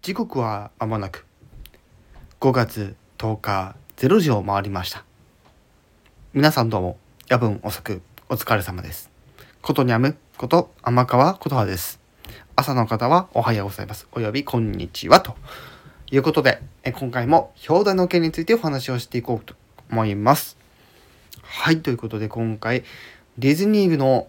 時刻は間もなく5月10日0時を回りました。皆さんどうも夜分遅くお疲れ様です。ことにゃむこと天川琴葉です。朝の方はおはようございますおよびこんにちはということで、今回も表題の件についてお話をしていこうと思います。はい、ということで今回ディズニー部の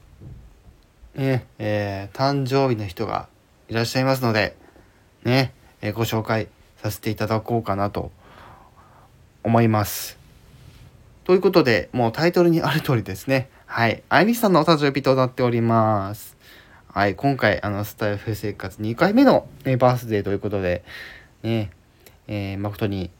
誕生日の人がいらっしゃいますのでね、ご紹介させていただこうかなと思います。ということで、もうタイトルにある通りですね。はい、アイリスさんのお誕生日となっております。はい、今回スタイフ生活2回目の、バースデーということで、ね、誠に、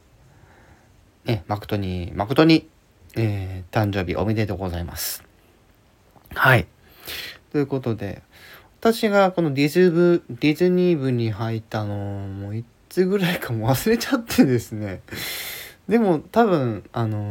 誕生日おめでとうございます。はい。ということで、私がこのディズニー部に入ったのもいつぐらいかも忘れちゃってですね。でも多分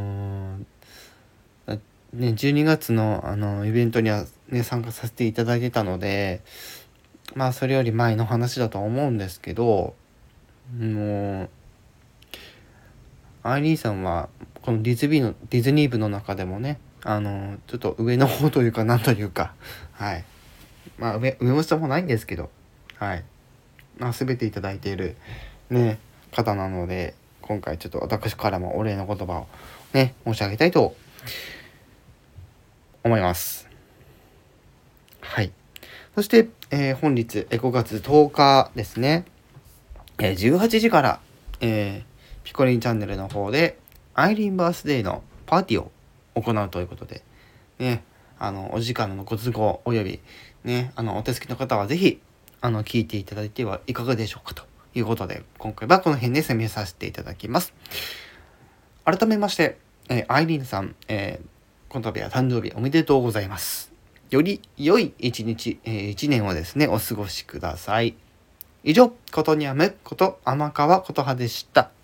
12月のイベントにはね参加させていただいてたので、まあそれより前の話だとは思うんですけど、もうアイリーさんはこのディズニー部の中でもねちょっと上の方というかなんというか、はい、まあ上も下もないんですけど、はい、まあ全ていただいているね方なので、今回ちょっと私からもお礼の言葉をね申し上げたいと思います。はい。そして、本日5月10日ですね、18時から、ピコリンチャンネルの方でアイリーンバースデーのパーティーを行うということでね、お時間のご都合およびねお手すきの方はぜひ聞いていただいてはいかがでしょうかということで、今回はこの辺で攻めさせていただきます。改めまして、アイリーンさん、この度は誕生日おめでとうございます。より良い一日、一年をですねお過ごしください。以上、ことにゃむこと天川琴葉でした。